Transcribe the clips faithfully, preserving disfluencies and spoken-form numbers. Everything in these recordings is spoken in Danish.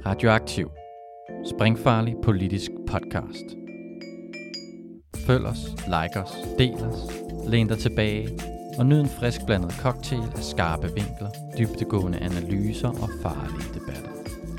Radioaktiv. Springfarlig politisk podcast. Følg os, like os, del os, læn dig tilbage og nyd en frisk blandet cocktail af skarpe vinkler, dybdegående analyser og farlige debatter.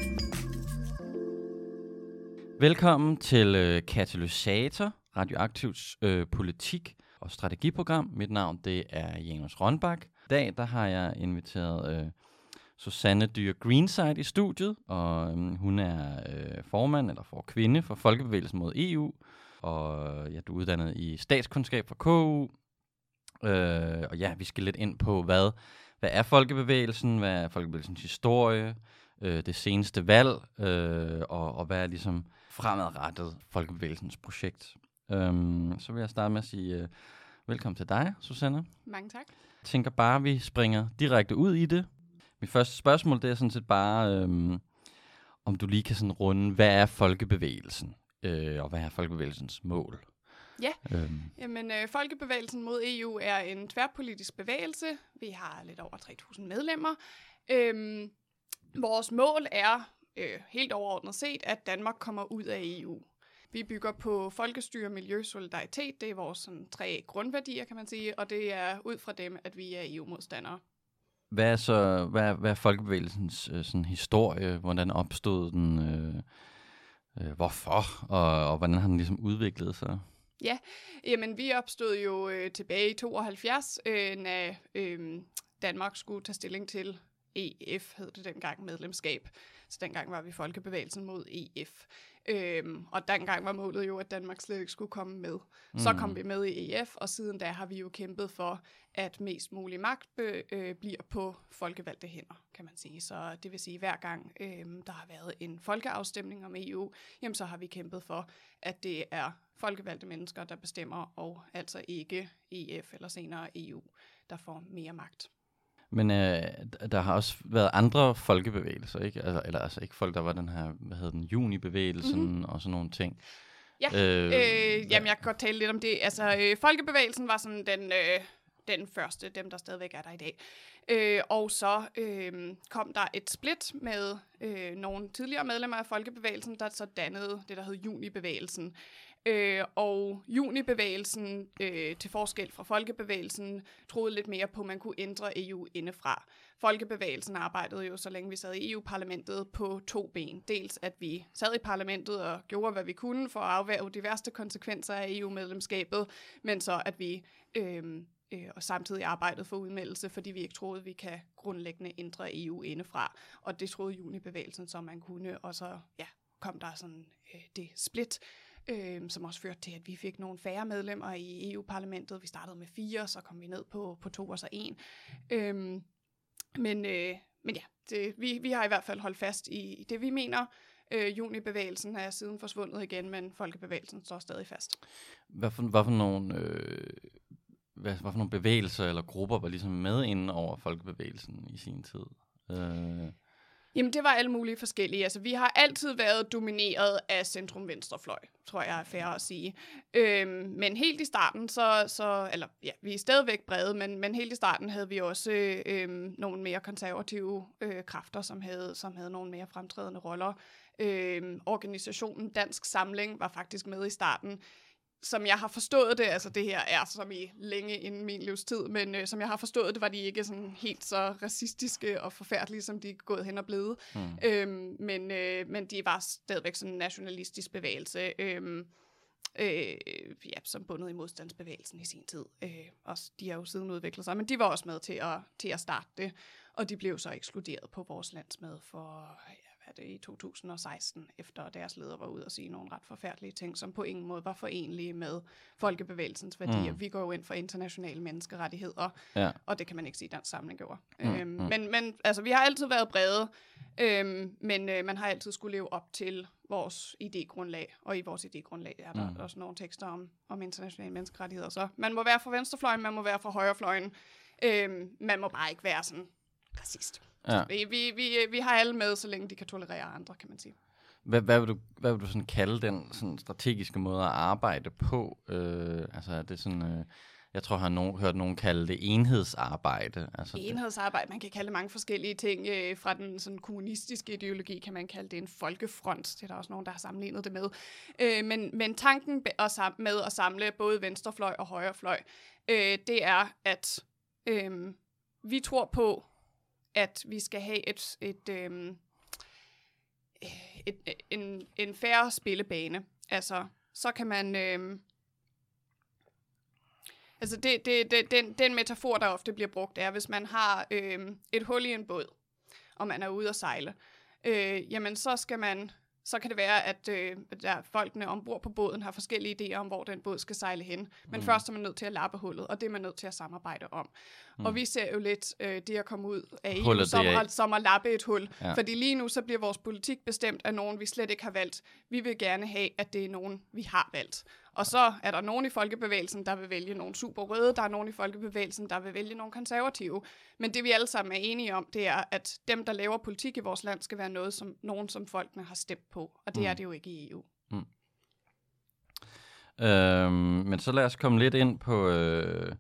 Velkommen til øh, Katalysator, Radioaktivs øh, politik og strategiprogram. Mit navn det er Janus Rønbak. I dag der har jeg inviteret øh, Susanne Dyhr Greenside i studiet, og øh, hun er øh, formand eller for kvinde for Folkebevægelsen mod E U, og ja, du er uddannet i statskundskab fra K U. Øh, og ja, vi skal lidt ind på, hvad, hvad er Folkebevægelsen, hvad er Folkebevægelsens historie, øh, det seneste valg, øh, og, og hvad er ligesom fremadrettet Folkebevægelsens projekt. Um, så vil jeg starte med at sige uh, velkommen til dig, Susanne. Mange tak. Jeg tænker bare, at vi springer direkte ud i det. Mit første spørgsmål, det er sådan set bare, um, om du lige kan sådan runde, hvad er Folkebevægelsen, uh, og hvad er Folkebevægelsens mål? Ja, øhm. Jamen, øh, Folkebevægelsen mod E U er en tværpolitisk bevægelse. Vi har lidt over tre tusind medlemmer. Øhm, vores mål er øh, helt overordnet set, at Danmark kommer ud af E U. Vi bygger på folkestyre, miljø, solidaritet. Det er vores sådan, tre grundværdier, kan man sige, og det er ud fra dem, at vi er E U-modstandere. Hvad er så hvad er, hvad er Folkebevægelsens øh, sådan, historie? Hvordan opstod den? Øh, øh, hvorfor? Og, og hvordan har den ligesom udviklet sig? Ja, jamen vi opstod jo øh, tilbage i tooghalvfjerds, øh, når øh, Danmark skulle tage stilling til E F, hed det dengang, medlemskab. Så dengang var vi Folkebevægelsen mod E F. Øhm, og dengang var målet jo, at Danmark slet ikke skulle komme med. Mm. Så kom vi med i E F, og siden da har vi jo kæmpet for, at mest mulig magt be, øh, bliver på folkevalgte hænder, kan man sige. Så det vil sige, hver gang øh, der har været en folkeafstemning om E U, jamen så har vi kæmpet for, at det er folkevalgte mennesker, der bestemmer, og altså ikke E F eller senere E U, der får mere magt. Men øh, der har også været andre folkebevægelser, ikke? Altså, eller altså ikke folk, der var den her, hvad hedder den, junibevægelsen mm-hmm. og sådan nogle ting. Ja, øh, øh, jamen jeg kan godt tale lidt om det. Altså, øh, folkebevægelsen var sådan den, øh, den første, dem der stadigvæk er der i dag. Øh, og så øh, kom der et split med øh, nogle tidligere medlemmer af folkebevægelsen, der så dannede det, der hed junibevægelsen. Øh, og junibevægelsen, øh, til forskel fra folkebevægelsen, troede lidt mere på, at man kunne ændre E U indefra. Folkebevægelsen arbejdede jo, så længe vi sad i E U-parlamentet, på to ben. Dels at vi sad i parlamentet og gjorde, hvad vi kunne for at afværge de værste konsekvenser af E U-medlemskabet, men så at vi øh, øh, og samtidig arbejdede for udmeldelse, fordi vi ikke troede, at vi kan grundlæggende ændre E U indefra. Og det troede junibevægelsen, så man kunne, og så ja, kom der sådan øh, det split, Øh, som også førte til, at vi fik nogle færre medlemmer i E U-parlamentet. Vi startede med fire, så kom vi ned på, på to og så en. Øh, men, øh, men ja, det, vi, vi har i hvert fald holdt fast i det, vi mener. Øh, junibevægelsen er siden forsvundet igen, men folkebevægelsen står stadig fast. Hvad for, hvad for nogle... Øh Hvad, hvad for nogle bevægelser eller grupper var ligesom med inden over folkebevægelsen i sin tid? Øh. Jamen, det var alle mulige forskellige. Altså, vi har altid været domineret af centrum-venstrefløj, tror jeg er fair at sige. Øhm, men helt i starten, så, så, eller ja, vi er stadigvæk brede, men, men helt i starten havde vi også øhm, nogle mere konservative øh, kræfter, som havde, som havde nogle mere fremtrædende roller. Øhm, organisationen Dansk Samling var faktisk med i starten. Som jeg har forstået det, altså det her er som i længe inden min livstid, men øh, som jeg har forstået det, var de ikke sådan helt så racistiske og forfærdelige, som de er gået hen og blevet. Mm. Øhm, men, øh, men de var stadigvæk sådan en nationalistisk bevægelse, øh, øh, ja, som bundet i modstandsbevægelsen i sin tid. Øh, også, de har jo siden udviklet sig, men de var også med til at, til at starte det, og de blev så ekskluderet på vores landsmøde for... Ja, det i to tusind og seksten, efter deres leder var ude og sige nogle ret forfærdelige ting, som på ingen måde var forenlige med folkebevægelsens værdier. Mm. Vi går jo ind for internationale menneskerettigheder, ja. Og det kan man ikke sige, Dansk Samling gjorde. Mm. Øhm, mm. Men, men altså, vi har altid været brede, øhm, men øh, man har altid skulle leve op til vores idégrundlag, og i vores idégrundlag er der mm. også nogle tekster om, om internationale menneskerettigheder. Så man må være fra venstrefløjen, man må være fra højrefløjen, øhm, man må bare ikke være sådan racist. Ja. Vi, vi, vi, vi har alle med, så længe de kan tolerere andre, kan man sige. Hvad, hvad vil du, hvad vil du sådan kalde den sådan strategiske måde at arbejde på? Øh, altså er det sådan, øh, jeg tror, jeg har nogen, hørt nogen kalde det enhedsarbejde. Altså enhedsarbejde, man kan kalde det mange forskellige ting. Øh, fra den sådan kommunistiske ideologi kan man kalde det en folkefront. Det er der også nogen, der har sammenlignet det med. Øh, men, men tanken med at samle både venstrefløj og højrefløj, øh, det er, at øh, vi tror på, at vi skal have et, et, øh, et, en, en fair spillebane. Altså, så kan man... Øh, Altså det, det, det, den, den metafor, der ofte bliver brugt, er, hvis man har øh, et hul i en båd, og man er ude at sejle, øh, jamen så skal man, så kan det være, at øh, der folkene ombord på båden har forskellige idéer om, hvor den båd skal sejle hen. Men mm. først er man nødt til at lappe hullet, og det er man nødt til at samarbejde om. Mm. Og vi ser jo lidt øh, det at komme ud af E U som, at, som at lappe et hul. Ja. Fordi lige nu så bliver vores politik bestemt af nogen, vi slet ikke har valgt. Vi vil gerne have, at det er nogen, vi har valgt. Og så er der nogen i folkebevægelsen, der vil vælge nogle super røde, der er nogen i folkebevægelsen, der vil vælge nogle konservative. Men det vi alle sammen er enige om, det er, at dem, der laver politik i vores land, skal være noget, som nogen som folkene har stemt på. Og det mm. er det jo ikke i E U. Mm. Øhm, men så lad os komme lidt ind på... Øh,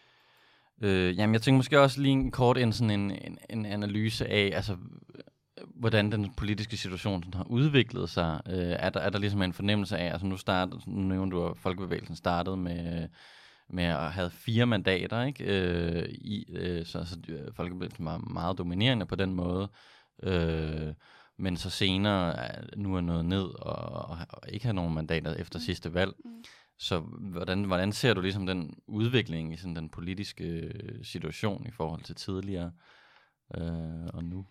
øh, jamen, jeg tænker måske også lige en kort ind sådan en, en, en analyse af, altså... hvordan den politiske situation sådan, har udviklet sig. Øh, er, der, er der ligesom en fornemmelse af, altså nu startede, nu nævnte du, at Folkebevægelsen startede med, med at have fire mandater, ikke? Øh, i, øh, så så Folkebevægelsen var meget dominerende på den måde, øh, men så senere nu er nået ned og, og, og ikke har nogen mandater efter mm. sidste valg. Mm. Så hvordan, hvordan ser du ligesom den udvikling i sådan den politiske situation i forhold til tidligere øh, og nu?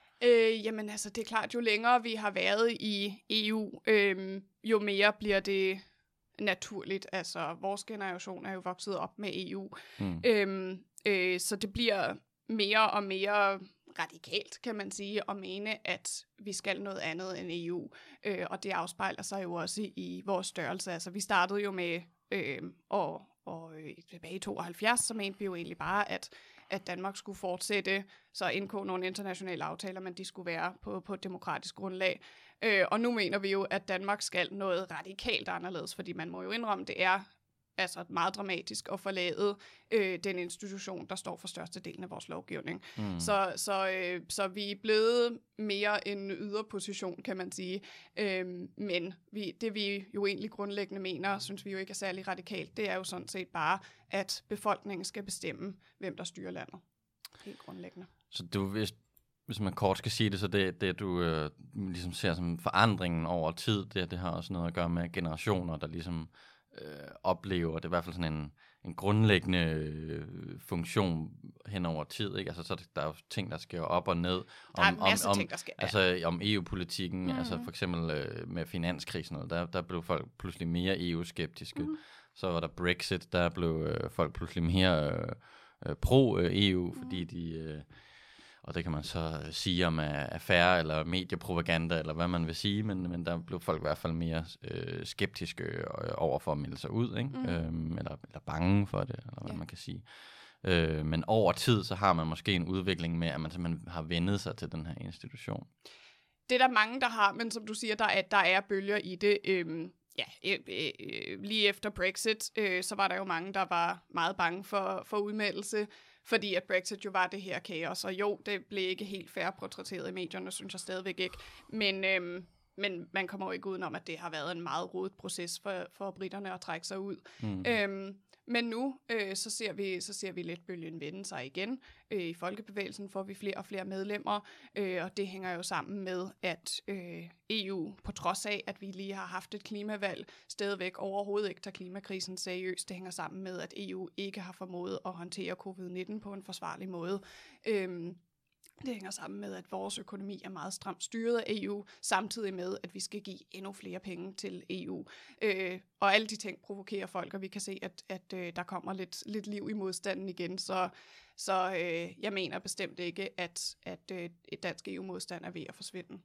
Øh, jamen altså, det er klart, jo længere vi har været i E U, øh, jo mere bliver det naturligt. Altså, vores generation er jo vokset op med E U. Mm. Øh, øh, så det bliver mere og mere radikalt, kan man sige, at mene, at vi skal noget andet end E U. Øh, og det afspejler sig jo også i, i vores størrelse. Altså, vi startede jo med, øh, og, og øh, tilbage i tooghalvfjerds, så mente vi jo egentlig bare, at at Danmark skulle fortsætte, så indgå nogle internationale aftaler, men de skulle være på, på et demokratisk grundlag. Øh, og nu mener vi jo, at Danmark skal noget radikalt anderledes, fordi man må jo indrømme, det er altså meget dramatisk at forlade øh, den institution, der står for størstedelen af vores lovgivning. Mm. Så, så, øh, så vi er blevet mere en yderposition, kan man sige. Øh, men vi, det vi jo egentlig grundlæggende mener, synes vi jo ikke er særlig radikalt, det er jo sådan set bare, at befolkningen skal bestemme, hvem der styrer landet. Helt grundlæggende. Så du, hvis, hvis man kort skal sige det, så det, det du øh, ligesom ser som forandringen over tid, det, det har også noget at gøre med generationer, der ligesom Øh, oplever, det er i hvert fald sådan en, en grundlæggende øh, funktion hen over tid, ikke? Altså, så er der, der er jo ting, der sker op og ned. Om, der er en masse om, ting, der sker. Altså, om E U-politikken, mm-hmm. altså for eksempel øh, med finanskrisen, der, der blev folk pludselig mere E U-skeptiske. Mm-hmm. Så var der Brexit, der blev øh, folk pludselig mere øh, øh, pro-E U, mm-hmm. fordi de... Øh, og det kan man så sige om affære eller mediepropaganda, eller hvad man vil sige, men, men der blev folk i hvert fald mere øh, skeptiske over for at melde sig ud, ikke? Mm. Øhm, eller, eller bange for det, eller hvad ja. man kan sige. Øh, men over tid, så har man måske en udvikling med, at man simpelthen har vendet sig til den her institution. Det er der mange, der har, men som du siger, der er, der er bølger i det. Øhm, ja, øh, øh, lige efter Brexit, øh, så var der jo mange, der var meget bange for, for udmeldelse, fordi at Brexit jo var det her kaos, og jo, det blev ikke helt fair portrætteret i medierne, synes jeg stadigvæk ikke, men, øhm, men man kommer jo ikke udenom, at det har været en meget rodet proces for, for britterne at trække sig ud. Mm. Øhm, men nu, øh, så, ser vi, så ser vi lidt bølgen vende sig igen. Øh, I Folkebevægelsen får vi flere og flere medlemmer, øh, og det hænger jo sammen med, at øh, E U, på trods af, at vi lige har haft et klimavalg, stadigvæk overhovedet ikke tager klimakrisen seriøst. Det hænger sammen med, at E U ikke har formået at håndtere covid nitten på en forsvarlig måde. Øh, Det hænger sammen med, at vores økonomi er meget stramt styret af E U, samtidig med, at vi skal give endnu flere penge til E U. Øh, og alle de ting provokerer folk, og vi kan se, at, at øh, der kommer lidt, lidt liv i modstanden igen. Så, så øh, jeg mener bestemt ikke, at, at øh, et dansk E U-modstand er ved at forsvinde.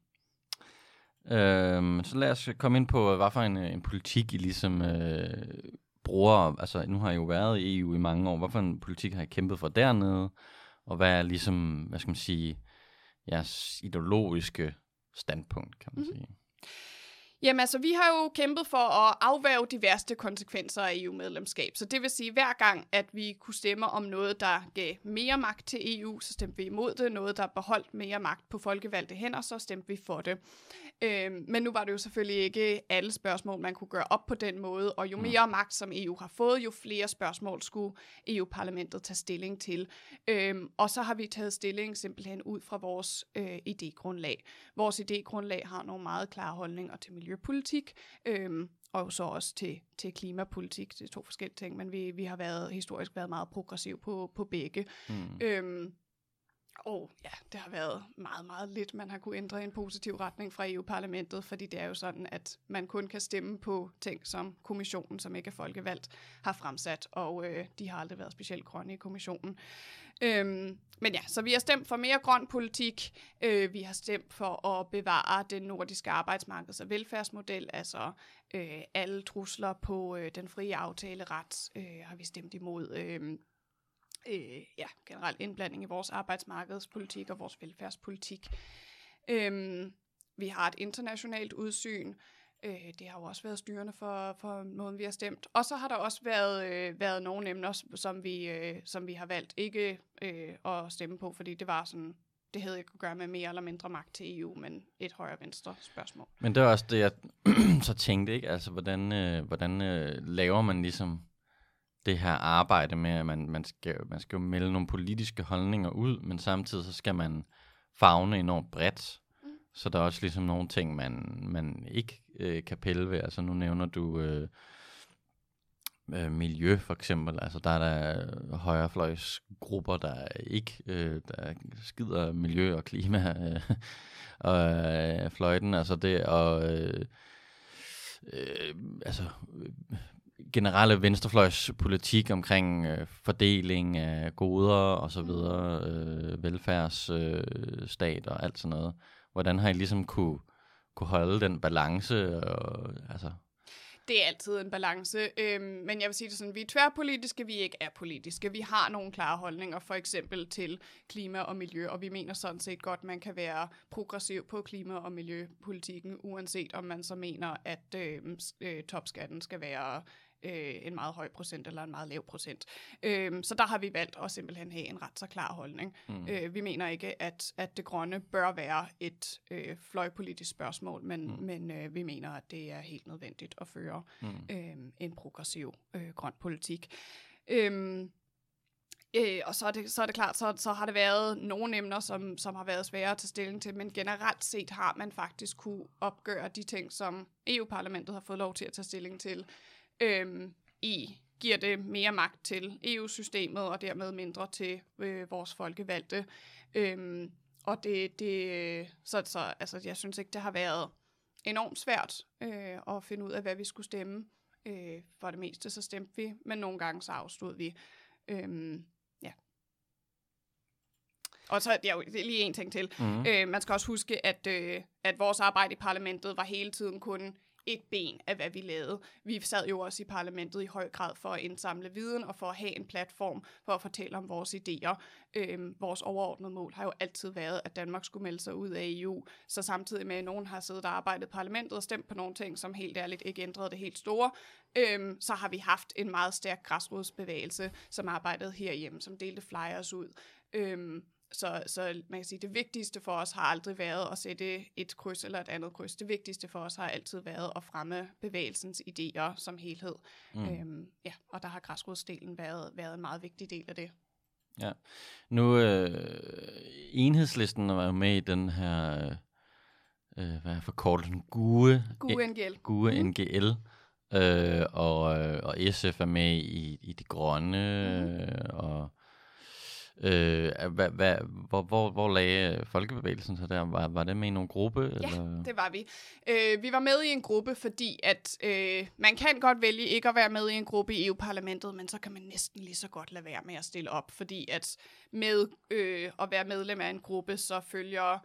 Øhm, så lad os komme ind på, hvad for en, en politik I ligesom øh, bruger. Altså, nu har I jo været i E U i mange år. Hvad for en politik har I kæmpet for dernede? Og hvad er ligesom, hvad skal man sige, jeres ideologiske standpunkt, kan man mm-hmm. sige? Jamen altså, vi har jo kæmpet for at afværge de værste konsekvenser af E U-medlemskab. Så det vil sige, at hver gang, at vi kunne stemme om noget, der gav mere magt til E U, så stemte vi imod det. Noget, der beholdt mere magt på folkevalgte hænder, så stemte vi for det. Øhm, men nu var det jo selvfølgelig ikke alle spørgsmål, man kunne gøre op på den måde. Og jo mere magt, som E U har fået, jo flere spørgsmål skulle E U-parlamentet tage stilling til. Øhm, og så har vi taget stilling simpelthen ud fra vores øh, idégrundlag. Vores idégrundlag har nogle meget klare holdninger til miljøpolitik, øhm, og så også til, til klimapolitik. Det er to forskellige ting, men vi, vi har været historisk været meget progressiv på, på begge. Mm. Øhm, og ja, det har været meget, meget lidt, man har kunne ændre i en positiv retning fra E U-parlamentet, fordi det er jo sådan, at man kun kan stemme på ting, som kommissionen, som ikke er folkevalgt, har fremsat, og øh, de har aldrig været specielt grønne i kommissionen. Øhm, men ja, så vi har stemt for mere grøn politik. Øh, vi har stemt for at bevare den nordiske arbejdsmarkeds- og velfærdsmodel, altså øh, alle trusler på øh, den frie aftaleret øh, har vi stemt imod. Øh, øh, ja, generelt indblanding i vores arbejdsmarkedspolitik og vores velfærdspolitik. Øh, vi har et internationalt udsyn. Øh, det har jo også været styrende for, for måden, vi har stemt. Og så har der også været, øh, været nogle emner, som vi, øh, som vi har valgt ikke øh, at stemme på, fordi det var sådan, det havde ikke at gøre med mere eller mindre magt til E U, men et højre-venstre spørgsmål. Men det er også det, jeg så tænkte, ikke? Altså, hvordan, øh, hvordan øh, laver man ligesom det her arbejde med, at man, man, skal, man skal jo melde nogle politiske holdninger ud, men samtidig så skal man favne enormt bredt. Så der er også ligesom nogle ting, man, man ikke øh, kan pille ved. Altså nu nævner du øh, øh, miljø for eksempel. Altså der er der højrefløjsgrupper, der ikke øh, der skider miljø og klima øh, og øh, fløjten. Altså det og øh, øh, altså øh, generelle venstrefløjspolitik omkring øh, fordeling af goder og så videre, øh, velfærdsstat øh, og alt sådan noget. Hvordan har I ligesom kunne, kunne holde den balance? Og, altså? Det er altid en balance, øhm, men jeg vil sige det sådan, vi er tværpolitiske, vi ikke er politiske. Vi har nogle klare holdninger, for eksempel til klima og miljø, og vi mener sådan set godt, man kan være progressiv på klima- og miljøpolitikken, uanset om man så mener, at øh, øh, topskatten skal være øh, en meget høj procent eller en meget lav procent. Øh, så der har vi valgt at simpelthen have en ret så klar holdning. Mm. Øh, vi mener ikke, at, at det grønne bør være et øh, fløjpolitisk spørgsmål, men, mm. men øh, vi mener, at det er helt nødvendigt at føre mm. øh, en progressiv øh, grøn politik. Øh, Øh, og så er, det, så er det klart, så, så har det været nogle emner, som, som har været svære at tage stilling til, men generelt set har man faktisk kunne opgøre de ting, som E U-parlamentet har fået lov til at tage stilling til. Øhm, I giver det mere magt til E U-systemet, og dermed mindre til øh, vores folkevalgte. Øhm, og det, det så, så altså, jeg synes ikke, det har været enormt svært øh, at finde ud af, hvad vi skulle stemme. Øh, for det meste så stemte vi, men nogle gange så afstod vi. Øhm, ja. Og så ja, lige en ting til. Mm-hmm. Øh, man skal også huske, at, øh, at vores arbejde i parlamentet var hele tiden kun et ben af, hvad vi lavede. Vi sad jo også i parlamentet i høj grad for at indsamle viden og for at have en platform for at fortælle om vores idéer. Øhm, vores overordnede mål har jo altid været, at Danmark skulle melde sig ud af E U. Så samtidig med, at nogen har siddet og arbejdet i parlamentet og stemt på nogle ting, som helt ærligt ikke ændrede det helt store, øhm, så har vi haft en meget stærk græsrodsbevægelse, som arbejdede herhjemme, som delte flyers ud. Øhm, Så, så man kan sige, det vigtigste for os har aldrig været at sætte et kryds eller et andet kryds. Det vigtigste for os har altid været at fremme bevægelsens idéer som helhed. Mm. Øhm, ja, og der har græsrodsdelen været, været en meget vigtig del af det. Ja. Nu, øh, Enhedslisten var jo med i den her, øh, hvad er forkortelsen? G U E. G U E N G L. G U E N G L. Øh, og, og S F er med i, i de grønne, mm. øh, og Øh, hva, hva, hvor, hvor, hvor lagde Folkebevægelsen så der? Var, var det med i nogen gruppe? Ja, eller? Det var vi. Øh, vi var med i en gruppe, fordi at øh, man kan godt vælge ikke at være med i en gruppe i E U-parlamentet, men så kan man næsten lige så godt lade være med at stille op, fordi at med øh, at være medlem af en gruppe, så følger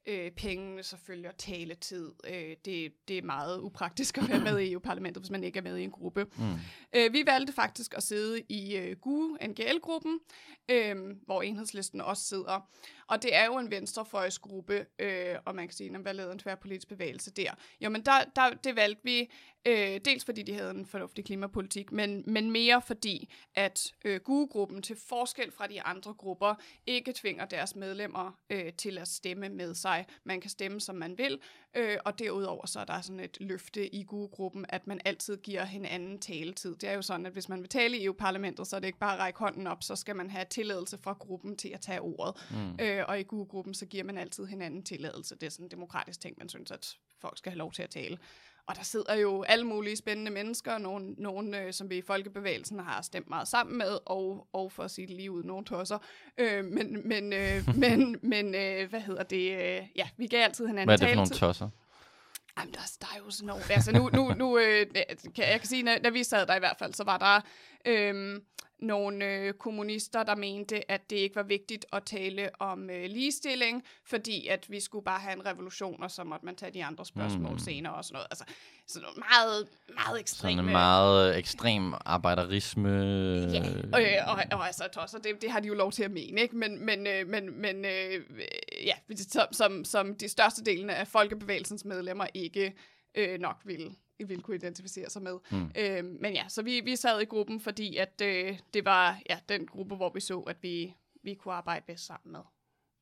øh, pengene så følger taletid. Øh, det, det er meget upraktisk at være med i E U-parlamentet, hvis man ikke er med i en gruppe. Mm. Øh, vi valgte faktisk at sidde i øh, G U, N G L-gruppen, øh, hvor Enhedslisten også sidder. Og det er jo en venstrefløjsgruppe, øh, og man kan sige, at vi har lavet en tværpolitisk bevægelse der. Jo, men der, der, det valgte vi, øh, dels fordi de havde en fornuftig klimapolitik, men, men mere fordi, at øh, G U-gruppen til forskel fra de andre grupper ikke tvinger deres medlemmer øh, til at stemme med sig. Man kan stemme, som man vil, øh, og derudover så er der sådan et løfte i G U-gruppen, at man altid giver hinanden taletid. Det er jo sådan, at hvis man vil tale i E U-parlamentet, så er det ikke bare at række hånden op, så skal man have tilladelse fra gruppen til at tage ordet. Mm. Øh, og i G U-gruppen, så giver man altid hinanden tilladelse. Det er sådan en demokratisk ting, man synes, at folk skal have lov til at tale. Og der sidder jo alle mulige spændende mennesker, nogle, nogle øh, som vi i Folkebevægelsen har stemt meget sammen med, og, og for at sige det lige ud, nogle tosser. Øh, men, men, øh, men, men øh, hvad hedder det? Øh, ja, vi gav altid hinanden taletid. Hvad er det for taletid. nogle tosser? Jamen, der, der er jo sådan nogle... Altså, nu, nu, nu øh, kan, jeg kan sige, når, når vi sad der i hvert fald, så var der øh, nogle øh, kommunister, der mente, at det ikke var vigtigt at tale om øh, ligestilling, fordi at vi skulle bare have en revolution, og så måtte man tage de andre spørgsmål mm. senere og sådan noget. Altså, sådan noget meget, meget ekstreme... Sådan en meget ekstrem arbejderisme... Ja, og, og, og, og altså, tosser, det, det har de jo lov til at mene, ikke? Men, men, øh, men, men øh, ja, som, som, som de største delen af Folkebevægelsens medlemmer ikke øh, nok ville... ville kunne identificere sig med. Mm. Øh, men ja, så vi, vi sad i gruppen, fordi at øh, det var ja, den gruppe, hvor vi så, at vi, vi kunne arbejde bedst sammen med.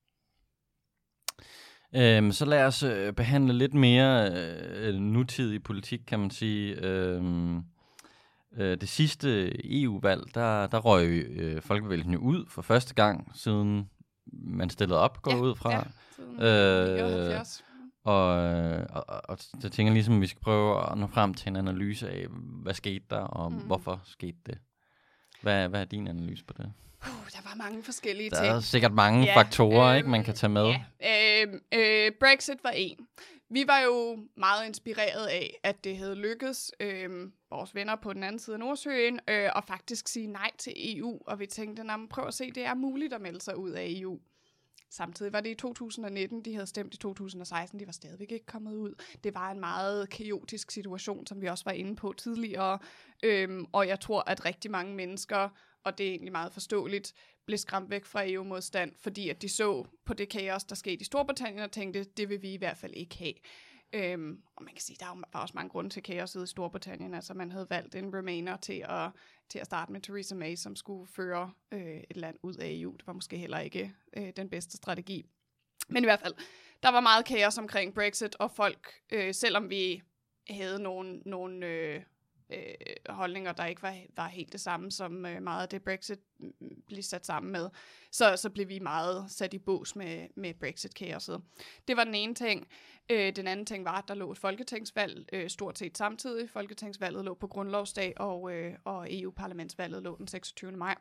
Øhm, så lad os øh, behandle lidt mere øh, nutidig politik, kan man sige. Øhm, øh, det sidste E U-valg, der, der røg øh, Folkebevægelsen jo ud for første gang, siden man stillede op, går ja, ud fra. Ja, siden nioghalvfjerds. Og, og, og, og jeg tænker ligesom, at vi skal prøve at nå frem til en analyse af, hvad skete der, og mm. hvorfor skete det. Hvad, hvad er din analyse på det? Uh, der var mange forskellige der ting. Der er sikkert mange ja, faktorer, øh, ikke, man kan tage med. Ja. Øh, øh, Brexit var en. Vi var jo meget inspireret af, at det havde lykkedes øh, vores venner på den anden side af Nordsøen øh, at faktisk sige nej til E U, og vi tænkte, prøv at se, det er muligt at melde sig ud af E U. Samtidig var det i to tusind nitten, de havde stemt i to tusind seksten, de var stadigvæk ikke kommet ud. Det var en meget kaotisk situation, som vi også var inde på tidligere, øhm, og jeg tror, at rigtig mange mennesker, og det er egentlig meget forståeligt, blev skræmt væk fra E U-modstand, fordi at de så på det kaos, der skete i Storbritannien, og tænkte, det vil vi i hvert fald ikke have. Øhm, og man kan sige, der var også mange grunde til kaoset i Storbritannien. Altså man havde valgt en Remainer til at, til at starte med Theresa May, som skulle føre øh, et land ud af E U. Det var måske heller ikke øh, den bedste strategi. Men i hvert fald, der var meget kaos omkring Brexit, og folk, øh, selvom vi havde nogle, nogle øh, øh, holdninger, der ikke var, var helt det samme som øh, meget af det Brexit blev sat sammen med, så, så blev vi meget sat i bås med, med Brexit-kaoset. Det var den ene ting. Øh, den anden ting var, at der lå et folketingsvalg øh, stort set samtidig. Folketingsvalget lå på grundlovsdag, og, øh, og E U-parlamentsvalget lå den seksogtyvende maj.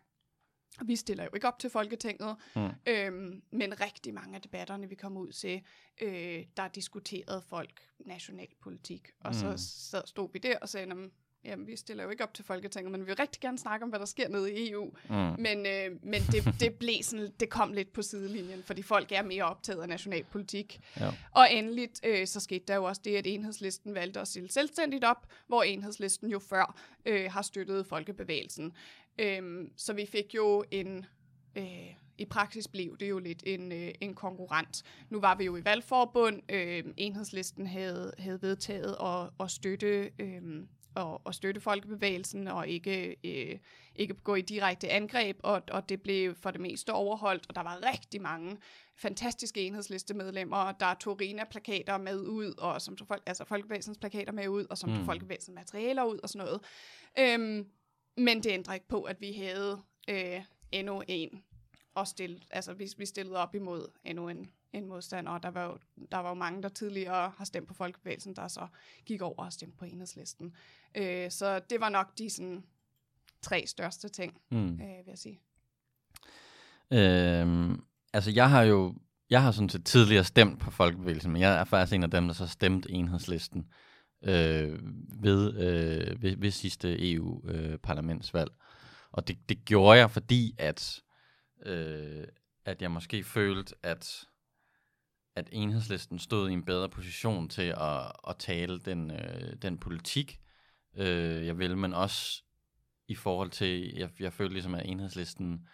Vi stiller jo ikke op til Folketinget, mm. øhm, men rigtig mange af debatterne, vi kom ud til, øh, der diskuterede folk nationalpolitik. Og mm. så sad, stod vi der og sagde, jamen, vi stiller jo ikke op til Folketinget, men vi vil rigtig gerne snakke om, hvad der sker nede i E U. Mm. Men, øh, men det, det, blev sådan, det kom lidt på sidelinjen, fordi folk er mere optaget af nationalpolitik. Ja. Og endeligt, øh, så skete der jo også det, at Enhedslisten valgte at stille selvstændigt op, hvor Enhedslisten jo før øh, har støttet Folkebevægelsen. Øhm, så vi fik jo en... Øh, I praksis blev det jo lidt en, øh, en konkurrent. Nu var vi jo i valgforbund. Øh, Enhedslisten havde, havde vedtaget at, at støtte... Øh, Og, og støtte Folkebevægelsen, og ikke, øh, ikke gå i direkte angreb, og, og det blev for det meste overholdt, og der var rigtig mange fantastiske enhedslistemedlemmer, der tog RINA-plakater med ud, og som tog folk, altså Folkebevægelsens plakater med ud, og som mm. tog Folkebevægelsens materialer ud, og sådan noget. Øhm, men det ændrer ikke på, at vi havde øh, endnu en, og stille, altså vi, vi stillede op imod endnu en en modstander, og der var, jo, der var jo mange, der tidligere har stemt på Folkebevægelsen, der så gik over og stemte på Enhedslisten. Øh, så det var nok de sådan, tre største ting, mm. øh, vil jeg sige. Øhm, altså jeg har jo, jeg har sådan set tidligere stemt på Folkebevægelsen, men jeg er faktisk en af dem, der så stemte Enhedslisten øh, ved, øh, ved, ved sidste E U-parlamentsvalg. Øh, og det, det gjorde jeg, fordi at, øh, at jeg måske følte, at at Enhedslisten stod i en bedre position til at, at tale den, øh, den politik, øh, jeg vil, men også i forhold til, jeg, jeg følte ligesom, at Enhedslisten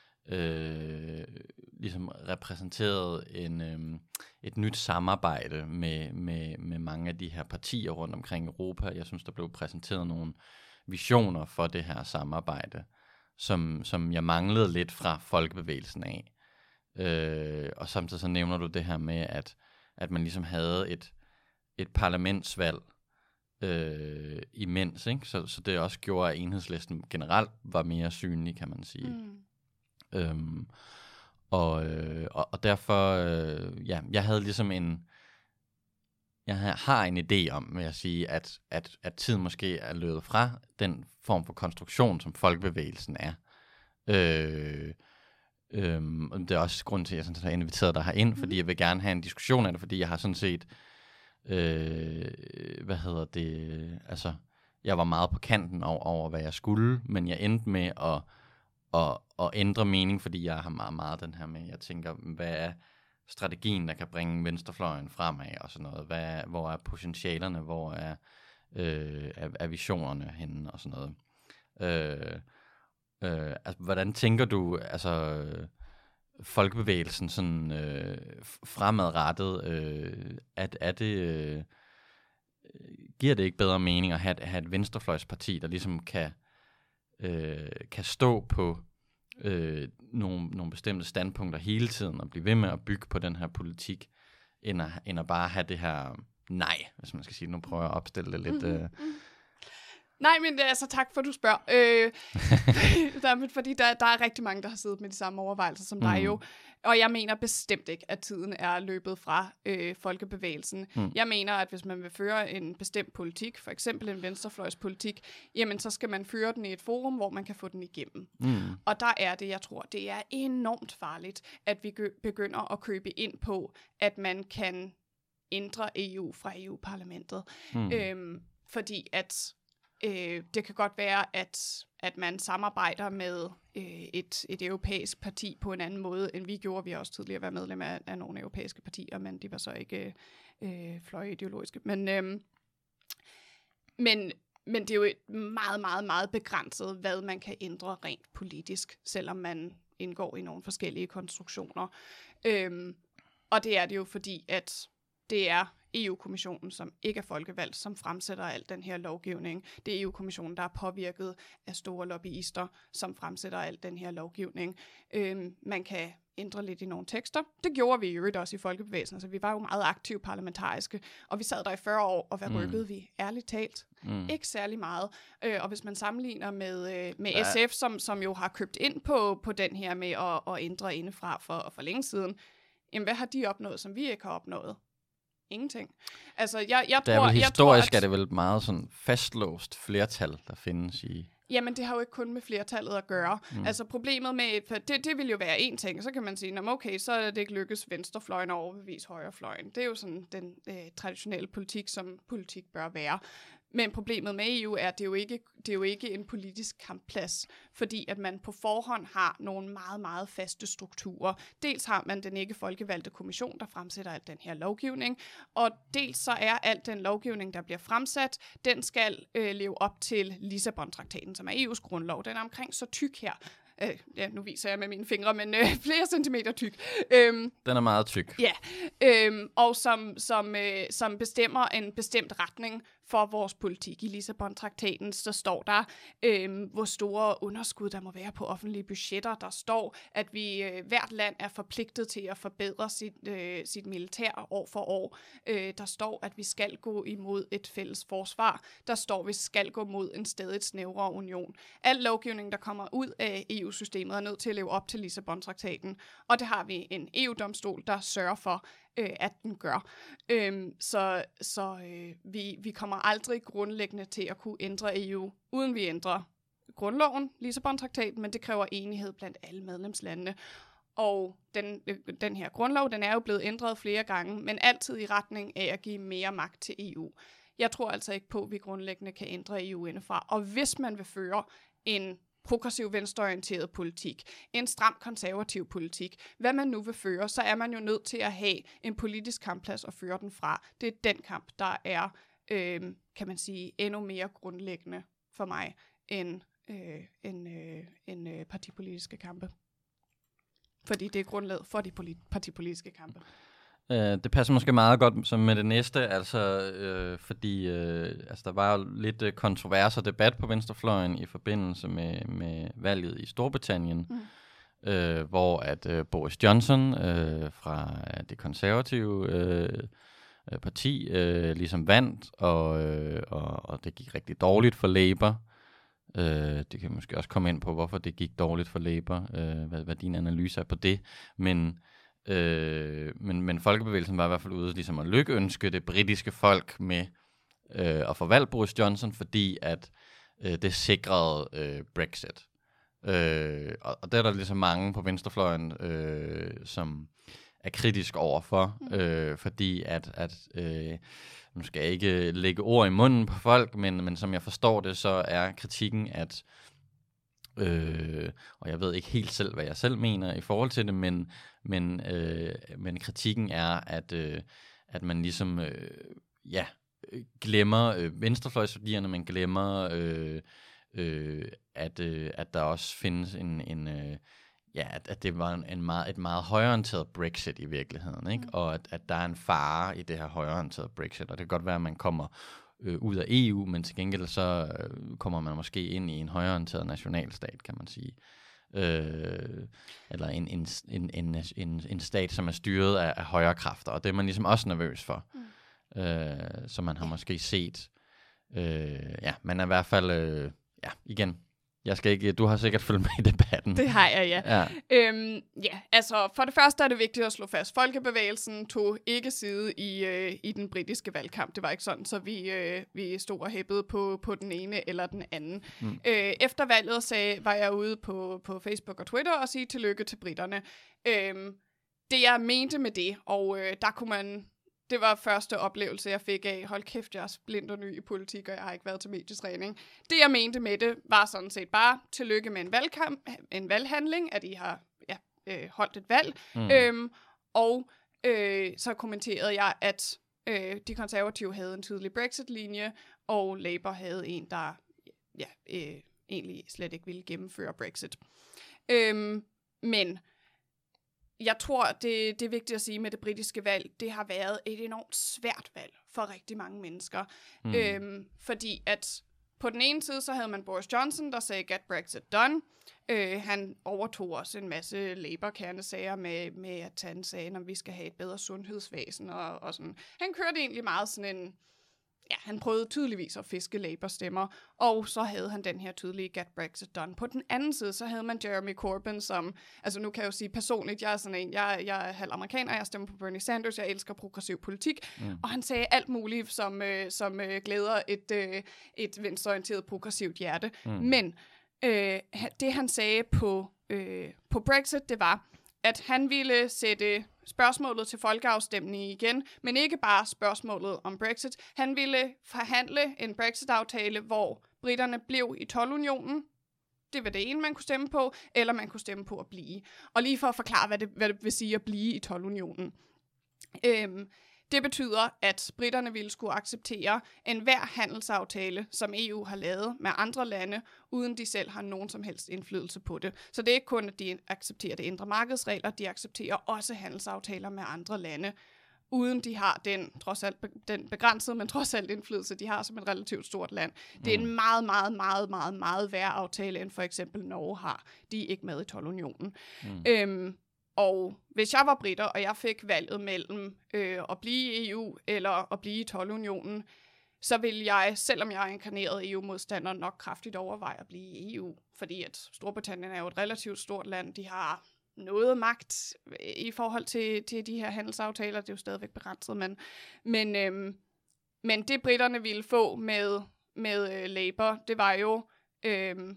øh, ligesom repræsenterede en, øh, et nyt samarbejde med, med, med mange af de her partier rundt omkring Europa. Jeg synes, der blev præsenteret nogle visioner for det her samarbejde, som, som jeg manglede lidt fra folkebevægelsen af. Øh, og samtidig så nævner du det her med, at, at man ligesom havde et, et parlamentsvalg øh, imens, ikke? Så, så det også gjorde, at Enhedslisten generelt var mere synlig, kan man sige. Mm. Øhm, og, øh, og, og derfor, øh, ja, jeg havde ligesom en, jeg har en idé om, vil jeg sige, at, at, at tiden måske er løbet fra den form for konstruktion, som folkebevægelsen er. Øh, Øhm, og det er også grund til, at jeg sådan set har inviteret dig herind, fordi jeg vil gerne have en diskussion af det, fordi jeg har sådan set, øh, hvad hedder det, altså, jeg var meget på kanten over, over, hvad jeg skulle, men jeg endte med at, at, at ændre mening, fordi jeg har meget, meget den her med, jeg tænker, hvad er strategien, der kan bringe venstrefløjen fremad, og sådan noget, hvad er, hvor er potentialerne, hvor er, øh, er, er visionerne henne, og sådan noget. Øh, Øh, altså, hvordan tænker du, altså, folkebevægelsen sådan øh, fremadrettet, øh, at er det, øh, giver det ikke bedre mening at have, have et venstrefløjsparti, der ligesom kan, øh, kan stå på øh, nogle, nogle bestemte standpunkter hele tiden, og blive ved med at bygge på den her politik, end at, end at bare have det her nej, hvis man skal sige, nu prøver jeg at opstille det lidt... Øh, Nej, men altså tak for, at du spørger. Øh, der, fordi der, der er rigtig mange, der har siddet med de samme overvejelser som mm. dig jo. Og jeg mener bestemt ikke, at tiden er løbet fra øh, folkebevægelsen. Mm. Jeg mener, at hvis man vil føre en bestemt politik, for eksempel en venstrefløjspolitik, jamen så skal man føre den i et forum, hvor man kan få den igennem. Mm. Og der er det, jeg tror, det er enormt farligt, at vi begynder at købe ind på, at man kan ændre E U fra E U-parlamentet. Mm. Øhm, fordi at Øh, det kan godt være, at, at man samarbejder med øh, et, et europæisk parti på en anden måde, end vi gjorde. Vi har også tidligere været medlem af, af nogle europæiske partier, men de var så ikke øh, fløjideologiske. Men, øh, men, men det er jo meget, meget, meget begrænset, hvad man kan ændre rent politisk, selvom man indgår i nogle forskellige konstruktioner. Øh, og det er det jo fordi, at det er E U-kommissionen, som ikke er folkevalgt, som fremsætter al den her lovgivning. Det er E U-kommissionen, der er påvirket af store lobbyister, som fremsætter al den her lovgivning. Øhm, man kan ændre lidt i nogle tekster. Det gjorde vi jo også i folkebevægelsen. Altså, vi var jo meget aktive parlamentariske, og vi sad der i fyrre år, og hvad mm. rykkede vi? Ærligt talt. Mm. Ikke særlig meget. Øh, og hvis man sammenligner med, øh, med S F, som, som jo har købt ind på, på den her med at, at ændre indefra for, for længe siden, jamen hvad har de opnået, som vi ikke har opnået? Ingenting. Altså, jeg, jeg det er tror, vel historisk, jeg tror, at, er det vel meget sådan fastlåst flertal, der findes i... Jamen, det har jo ikke kun med flertallet at gøre. Mm. Altså, problemet med... Det, det vil jo være én ting, så kan man sige, okay, så er det ikke lykkes venstrefløjen at overbevise højrefløjen. Det er jo sådan den øh, traditionelle politik, som politik bør være. Men problemet med E U er, at det er jo ikke, det er jo ikke en politisk kampplads, fordi at man på forhånd har nogle meget, meget faste strukturer. Dels har man den ikke folkevalgte kommission, der fremsætter al den her lovgivning, og dels så er al den lovgivning, der bliver fremsat, den skal øh, leve op til Lissabon-traktaten, som er E U's grundlov. Den er omkring så tyk her. Øh, ja, nu viser jeg med mine fingre, men øh, flere centimeter tyk. Øhm, Den er meget tyk. Ja, øhm, og som, som, øh, som bestemmer en bestemt retning for vores politik. I Lissabon-traktaten, så står der, øh, hvor store underskud der må være på offentlige budgetter. Der står, at vi øh, hvert land er forpligtet til at forbedre sit, øh, sit militær år for år. Øh, der står, at vi skal gå imod et fælles forsvar. Der står, at vi skal gå mod en stadigt snævrere union. Al lovgivning, der kommer ud af E U-systemet, er nødt til at leve op til Lissabon-traktaten. Og det har vi en E U-domstol, der sørger for, øh, at den gør. Øhm, så så øh, vi, vi kommer aldrig grundlæggende til at kunne ændre E U, uden vi ændrer grundloven, Lissabon-traktaten, men det kræver enighed blandt alle medlemslandene. Og den, øh, den her grundlov, den er jo blevet ændret flere gange, men altid i retning af at give mere magt til E U. Jeg tror altså ikke på, at vi grundlæggende kan ændre E U indefra. Og hvis man vil føre en progressiv venstreorienteret politik, en stram konservativ politik, hvad man nu vil føre, så er man jo nødt til at have en politisk kampplads og føre den fra. Det er den kamp, der er, øh, kan man sige, endnu mere grundlæggende for mig, end, øh, end, øh, end øh, partipolitiske kampe. Fordi det er grundlaget for de polit- partipolitiske kampe. Uh, det passer måske meget godt som med det næste, altså uh, fordi uh, altså, der var jo lidt uh, kontrovers og debat på venstrefløjen i forbindelse med, med valget i Storbritannien, mm. uh, hvor at uh, Boris Johnson uh, fra det konservative uh, parti uh, ligesom vandt, og, uh, og, og det gik rigtig dårligt for Labour. Uh, det kan måske også komme ind på, hvorfor det gik dårligt for Labour, uh, hvad, hvad din analyse er på det, men Øh, men, men folkebevægelsen var i hvert fald ude ligesom at lykønske det britiske folk med øh, at forvalge Boris Johnson, fordi at øh, det sikrede øh, Brexit. Øh, og, og der er der ligesom mange på venstrefløjen, øh, som er kritisk overfor, øh, fordi at, at øh, nu skal jeg ikke lægge ord i munden på folk, men, men som jeg forstår det, så er kritikken, at Øh, og jeg ved ikke helt selv, hvad jeg selv mener i forhold til det, men, men, øh, men kritikken er, at, øh, at man ligesom øh, ja, glemmer øh, venstrefløjsværdierne, man glemmer, øh, øh, at, øh, at der også findes en, en øh, ja, at, at det var en, en meget, et meget højreorienteret Brexit i virkeligheden, ikke? Mm. Og at, at der er en fare i det her højreorienterede Brexit, og det kan godt være, at man kommer Øh, ud af E U, men til gengæld så øh, kommer man måske ind i en højreorienteret nationalstat, kan man sige. Øh, eller en, en, en, en, en, en stat, som er styret af, af højre kræfter, og det er man ligesom også nervøs for. Mm. Øh, så man har måske set, øh, ja, man er i hvert fald, øh, ja, igen, jeg skal ikke, du har sikkert følt med i debatten. Det har jeg, ja. Ja. Øhm, ja, altså for det første er det vigtigt at slå fast, folkebevægelsen tog ikke side i, øh, i den britiske valgkamp. Det var ikke sådan, så vi, øh, vi stod og hæppede på, på den ene eller den anden. Mm. Øh, efter valget sagde, var jeg ude på, på Facebook og Twitter og sige tillykke til britterne. Øh, det jeg mente med det, og øh, der kunne man... Det var første oplevelse, jeg fik af, hold kæft, jeg er splint og ny i politik, og jeg har ikke været til medietræning. Det, jeg mente med det, var sådan set bare tillykke med en valgkamp, en valghandling, at I har ja, øh, holdt et valg. Mm. Øhm, og øh, så kommenterede jeg, at øh, de konservative havde en tydelig Brexit-linje, og Labour havde en, der ja, øh, egentlig slet ikke ville gennemføre Brexit. Øhm, men... Jeg tror, det, det er vigtigt at sige med det britiske valg, det har været et enormt svært valg for rigtig mange mennesker. Mm. Øhm, fordi at på den ene side, så havde man Boris Johnson, der sagde, get Brexit done. Øh, han overtog også en masse Labour-kernesager med, med at han sagde, at vi skal have et bedre sundhedsvæsen. Og, og sådan. Han kørte egentlig meget sådan en... Ja, han prøvede tydeligvis at fiske Labour-stemmer, og så havde han den her tydelige get Brexit done. På den anden side, så havde man Jeremy Corbyn, som, altså nu kan jeg jo sige personligt, jeg er sådan en, jeg, jeg er halv amerikaner, jeg stemmer på Bernie Sanders, jeg elsker progressiv politik, mm. og han sagde alt muligt, som, øh, som øh, glæder et, øh, et venstreorienteret progressivt hjerte. Mm. Men øh, det han sagde på, øh, på Brexit, det var, at han ville sætte spørgsmålet til folkeafstemning igen, men ikke bare spørgsmålet om Brexit. Han ville forhandle en Brexit-aftale, hvor britterne blev i toldunionen. Det var det ene, man kunne stemme på, eller man kunne stemme på at blive. Og lige for at forklare, hvad det, hvad det vil sige at blive i toldunionen. Øhm, det betyder, at britterne ville skulle acceptere enhver handelsaftale, som E U har lavet med andre lande, uden de selv har nogen som helst indflydelse på det. Så det er ikke kun, at de accepterer det indre markedsregler, de accepterer også handelsaftaler med andre lande, uden de har den, trods alt, den begrænsede, men trods alt indflydelse, de har som et relativt stort land. Det er en meget, meget, meget, meget, meget værre aftale, end for eksempel Norge har. De er ikke med i toldunionen. Mm. Øhm, Og hvis jeg var britter, og jeg fik valget mellem øh, at blive i E U eller at blive i toldunionen, så vil jeg, selvom jeg er inkarneret E U-modstander, nok kraftigt overveje at blive i E U. Fordi at Storbritannien er jo et relativt stort land. De har noget magt i forhold til, til de her handelsaftaler. Det er jo stadigvæk begrænset. Men, men, øhm, men det britterne ville få med, med øh, Labour, det var jo... Øhm,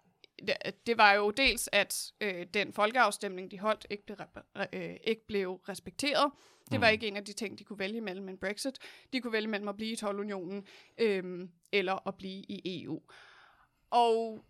Det var jo dels, at øh, den folkeafstemning, de holdt, ikke blev, øh, ikke blev respekteret. Det var mm. ikke en af de ting, de kunne vælge mellem en Brexit. De kunne vælge mellem at blive i toldunionen øh, eller at blive i E U. Og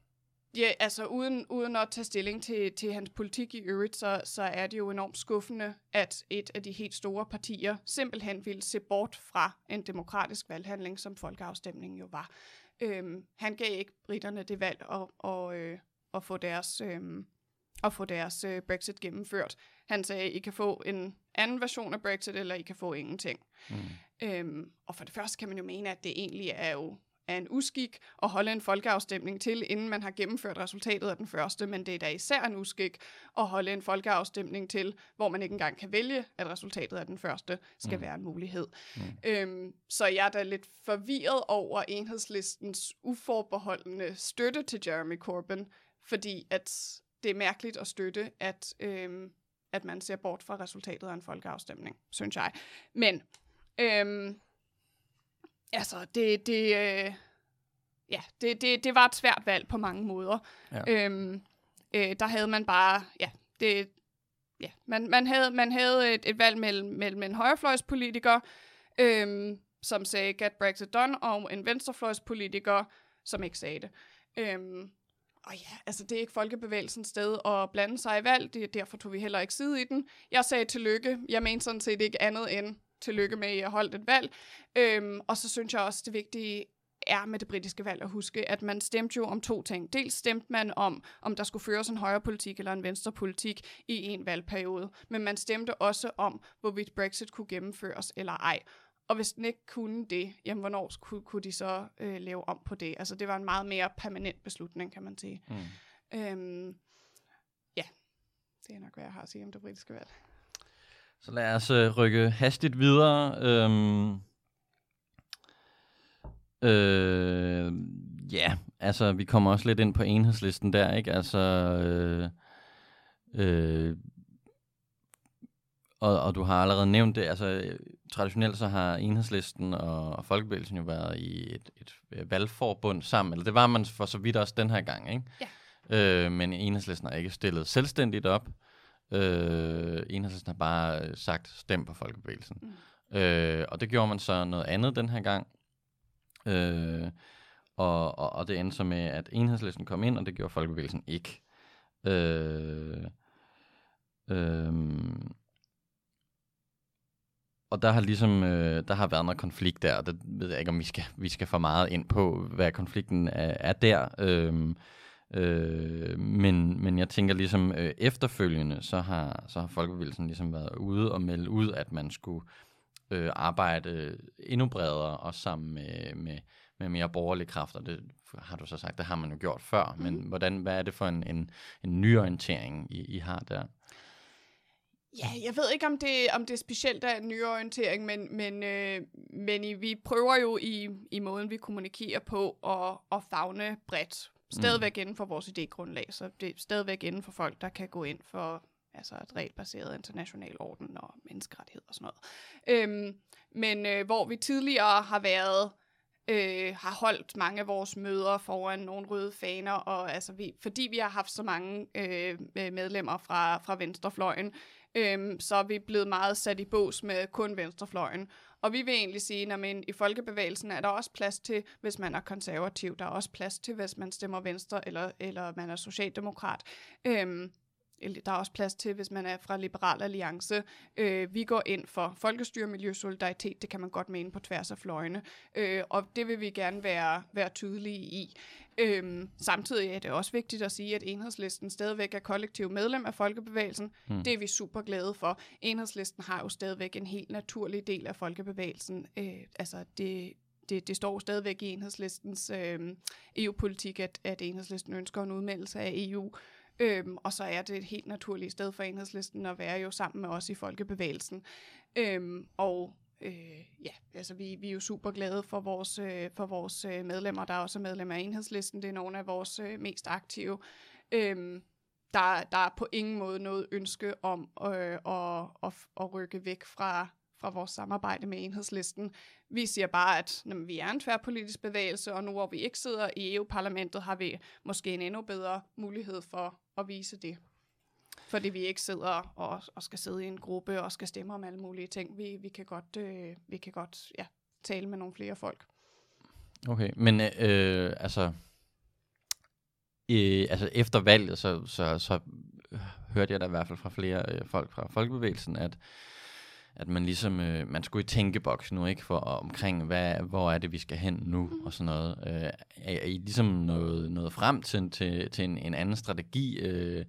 Ja, altså uden, uden at tage stilling til, til hans politik i øvrigt, så, så er det jo enormt skuffende, at et af de helt store partier simpelthen ville se bort fra en demokratisk valghandling, som folkeafstemningen jo var. Øhm, han gav ikke briterne det valg at, og, øh, at få deres, øh, at få deres øh, Brexit gennemført. Han sagde, I kan få en anden version af Brexit, eller I kan få ingenting. Mm. Øhm, og for det første kan man jo mene, at det egentlig er jo er en uskik at holde en folkeafstemning til, inden man har gennemført resultatet af den første, men det er da især en uskik at holde en folkeafstemning til, hvor man ikke engang kan vælge, at resultatet af den første skal mm. være en mulighed. Mm. Øhm, så jeg er da lidt forvirret over Enhedslistens uforbeholdende støtte til Jeremy Corbyn, fordi at det er mærkeligt at støtte, at, øhm, at man ser bort fra resultatet af en folkeafstemning, synes jeg. Men øhm, altså, det, det, øh, ja, det, det, det var et svært valg på mange måder. Ja. Øhm, øh, der havde man bare, ja, det, ja man, man, havde, man havde et, et valg mellem, mellem en højrefløjspolitiker, øhm, som sagde get Brexit done, og en venstrefløjspolitiker, som ikke sagde det. Øhm, og ja, altså det er ikke folkebevægelsens sted at blande sig i valg, det, derfor tog vi heller ikke side i den. Jeg sagde tillykke, jeg mente sådan set ikke andet end tillykke med, at I har holdt et valg. Øhm, og så synes jeg også, det vigtige er med det britiske valg at huske, at man stemte jo om to ting. Dels stemte man om, om der skulle føres en højrepolitik eller en venstrepolitik i en valgperiode, men man stemte også om, hvorvidt Brexit kunne gennemføres eller ej. Og hvis den ikke kunne det, jamen hvornår kunne, kunne de så øh, lave om på det? Altså det var en meget mere permanent beslutning, kan man sige. Mm. Øhm, ja, det er nok, hvad jeg har at sige om det britiske valg. Så lad os øh, rykke hastigt videre. Øhm, øh, ja, altså vi kommer også lidt ind på Enhedslisten der, ikke? Altså, øh, øh, og, og du har allerede nævnt det, altså traditionelt så har Enhedslisten og, og Folkebevægelsen jo været i et, et valgforbund sammen, eller det var man for så vidt også den her gang, ikke? Ja. Øh, men Enhedslisten har ikke stillet selvstændigt op. Øh, Enhedslisten har bare sagt, stem på Folkebevægelsen. Mm. Øh, og det gjorde man så noget andet den her gang. Øh, og, og, og det endte så med, at Enhedslisten kom ind, og det gjorde Folkebevægelsen ikke. Øh, øh, og der har ligesom øh, der har været noget konflikt der, og det ved jeg ikke, om vi skal, vi skal for meget ind på, hvad konflikten er, er der. Øh, Øh, men, men jeg tænker ligesom øh, efterfølgende, så har, så har Folkebevægelsen ligesom været ude og melde ud, at man skulle øh, arbejde endnu bredere, også sammen med, med, med mere borgerlige kræfter. Det har du så sagt, det har man jo gjort før, mm. men hvordan, hvad er det for en, en, en nyorientering, I, I har der? Ja, jeg ved ikke, om det, om det specielt er en nyorientering, men, men, øh, men i, vi prøver jo i, i måden, vi kommunikerer på at, at favne bredt. Stadigvæk inden for vores idégrundlag, så det er stadigvæk inden for folk, der kan gå ind for altså et regelbaseret international orden og menneskerettighed og sådan noget. Øhm, men øh, hvor vi tidligere har været, øh, har holdt mange af vores møder foran nogle røde faner, og altså vi, fordi vi har haft så mange øh, medlemmer fra, fra venstrefløjen, øh, så er vi blevet meget sat i bås med kun venstrefløjen. Og vi vil egentlig sige, at i folkebevægelsen er der også plads til, hvis man er konservativ. Der er også plads til, hvis man stemmer venstre, eller, eller man er socialdemokrat. Øhm, der er også plads til, hvis man er fra Liberal Alliance. Øh, vi går ind for folkestyre, miljø, solidaritet. Det kan man godt mene på tværs af fløjene. Øh, og det vil vi gerne være, være tydelige i. Øhm, samtidig er det også vigtigt at sige, at Enhedslisten stadigvæk er kollektiv medlem af folkebevægelsen. Hmm. Det er vi super glade for. Enhedslisten har jo stadigvæk en helt naturlig del af folkebevægelsen. Øh, altså det, det, det står stadigvæk i Enhedslistens øh, E U-politik, at, at Enhedslisten ønsker en udmeldelse af E U. Øhm, og så er det et helt naturligt sted for Enhedslisten at være jo sammen med os i folkebevægelsen. Øhm, og øh, ja, altså vi, vi er jo super glade for vores, øh, for vores øh, medlemmer, der er også medlemmer af Enhedslisten. Det er nogle af vores øh, mest aktive. Øhm, der, der er på ingen måde noget ønske om øh, at, at, at rykke væk fra, fra vores samarbejde med Enhedslisten. Vi siger bare, at når vi er en tværpolitisk bevægelse, og nu hvor vi ikke sidder i E U-parlamentet, har vi måske en endnu bedre mulighed for at vise det. Fordi vi ikke sidder og, og skal sidde i en gruppe og skal stemme om alle mulige ting. Vi, vi kan godt, øh, vi kan godt ja, tale med nogle flere folk. Okay, men øh, altså øh, altså efter valget, så, så, så hørte jeg da i hvert fald fra flere øh, folk fra Folkebevægelsen, at at man ligesom, øh, man skulle i tænkeboks nu, ikke, for omkring, hvad, hvor er det, vi skal hen nu, mm. og sådan noget. Øh, er, er I ligesom noget, noget frem til, til, til en, en anden strategi? Øh,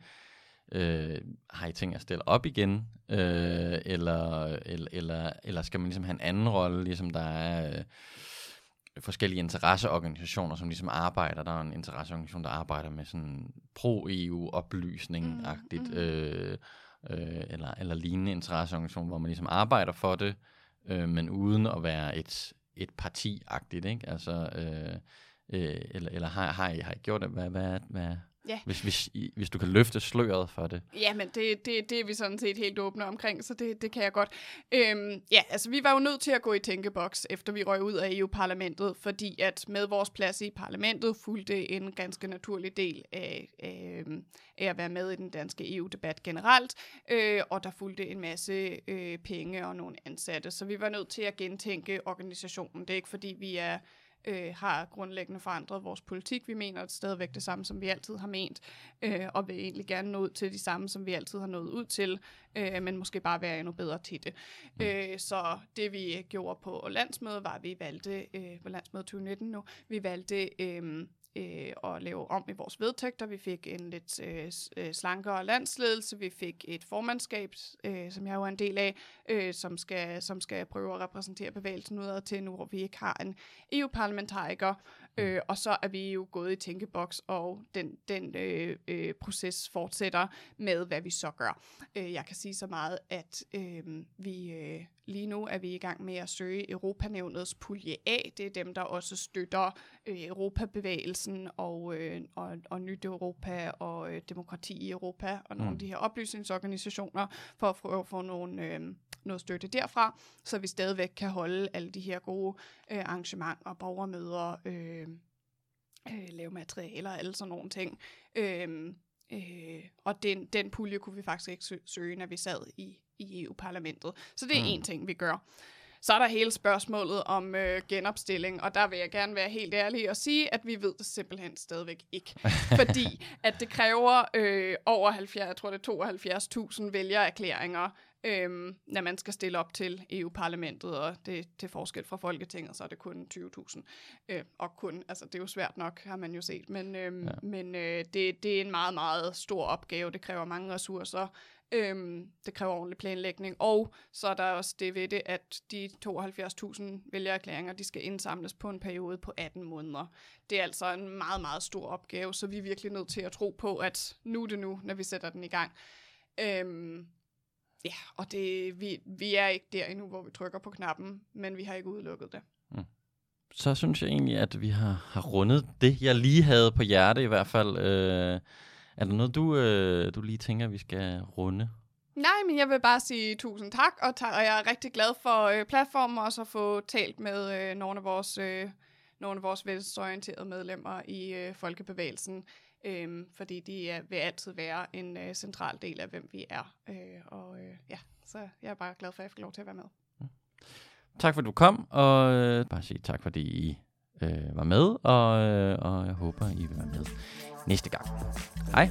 øh, har I tænkt at stille op igen? Øh, eller, eller, eller, eller skal man ligesom have en anden rolle, ligesom der er øh, forskellige interesseorganisationer, som ligesom arbejder. Der er en interesseorganisation, der arbejder med sådan pro-E U-oplysning-agtigt, mm. øh, Øh, eller, eller lignende interesseorganisation, hvor man ligesom arbejder for det, øh, men uden at være et, et parti-agtigt, ikke? Altså, øh, øh, eller, eller har, har, I, har I gjort det? Hvad, hvad, hvad, ja. hvis, hvis, I, hvis du kan løfte sløret for det. Ja, men det, det, det er vi sådan set helt åbne omkring, så det, det kan jeg godt. Øhm, ja, altså vi var jo nødt til at gå i tænkeboks, efter vi røg ud af E U-parlamentet, fordi at med vores plads i parlamentet fulgte en ganske naturlig del af, af, af at være med i den danske E U-debat generelt, øh, og der fulgte en masse øh, penge og nogle ansatte, så vi var nødt til at gentænke organisationen. Det er ikke fordi, vi er Øh, har grundlæggende forandret vores politik. Vi mener det stadigvæk det samme, som vi altid har ment, øh, og vil egentlig gerne nå ud til de samme, som vi altid har nået ud til, øh, men måske bare være endnu bedre til det. Mm. Øh, så det vi gjorde på landsmødet, var, at vi valgte, øh, på landsmødet tyve nitten nu, vi valgte øh, øh, at lave om i vores vedtægter. Vi fik en lidt øh, slankere landsledelse, vi fik et formandskab, øh, som jeg jo er en del af, øh, som, skal, som skal prøve at repræsentere bevægelsen udad til nu, hvor vi ikke har en E U-parlamentariker, øh, og så er vi jo gået i tænkeboks, og den, den øh, øh, proces fortsætter med, hvad vi så gør. Øh, jeg kan sige så meget, at øh, vi øh, lige nu er vi i gang med at søge Europanævnets pulje A. Det er dem, der også støtter øh, Europabevægelsen og, øh, og, og Nyt Europa og øh, demokrati i Europa og nogle mm. af de her oplysningsorganisationer for at prøve at få nogle, øh, noget støtte derfra, så vi stadigvæk kan holde alle de her gode øh, arrangementer og borgermøder, øh, øh, lave materialer og alle sådan nogle ting. Øh, øh, og den, den pulje kunne vi faktisk ikke sø- søge, når vi sad i, i E U-parlamentet. Så det er en mm. ting, vi gør. Så er der hele spørgsmålet om øh, genopstilling, og der vil jeg gerne være helt ærlig og sige, at vi ved det simpelthen stadigvæk ikke. Fordi at det kræver øh, over halvfjerds, jeg tror det er tooghalvfjerds tusind vælgererklæringer, øh, når man skal stille op til E U-parlamentet, og det til forskel fra Folketinget, så er det kun tyve tusind. Øh, og kun, altså det er jo svært nok, har man jo set, men, øh, ja. men øh, det, det er en meget, meget stor opgave, det kræver mange ressourcer. Øhm, det kræver ordentlig planlægning, og så er der også det ved det, at de tooghalvfjerds tusind vælgererklæringer, de skal indsamles på en periode på atten måneder. Det er altså en meget, meget stor opgave, så vi er virkelig nødt til at tro på, at nu er det nu, når vi sætter den i gang. Øhm, ja, og det, vi, vi er ikke der endnu, hvor vi trykker på knappen, men vi har ikke udelukket det. Mm. Så synes jeg egentlig, at vi har, har rundet det, jeg lige havde på hjerte i hvert fald. Øh Er der noget, du, øh, du lige tænker, vi skal runde? Nej, men jeg vil bare sige tusind tak, og, ta- og jeg er rigtig glad for øh, platformen, og også at få talt med øh, nogle af vores, øh, nogle af vores venstreorienterede medlemmer i øh, Folkebevægelsen, øh, fordi de er, vil altid være en øh, central del af, hvem vi er. Øh, og øh, ja, så jeg er bare glad for, at jeg får lov til at være med. Mm. Tak for, at du kom, og øh, bare sige tak, fordi I øh, var med, og, øh, og jeg håber, I vil være med næste gang. Hej.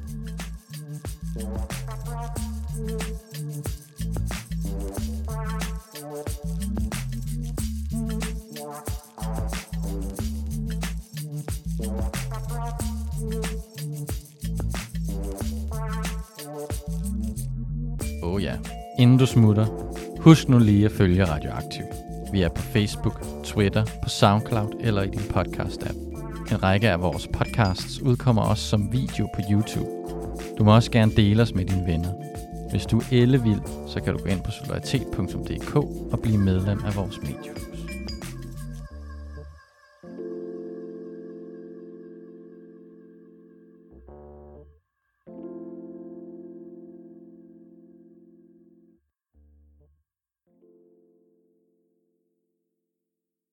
Åh oh ja, inden du smutter, husk nu lige at følge Radioaktiv. Vi er på Facebook, Twitter, på SoundCloud eller i din podcast-app. En række af vores podcasts udkommer også som video på YouTube. Du må også gerne dele os med dine venner. Hvis du er ellevild, så kan du gå ind på solidaritet punktum d k og blive medlem af vores medie.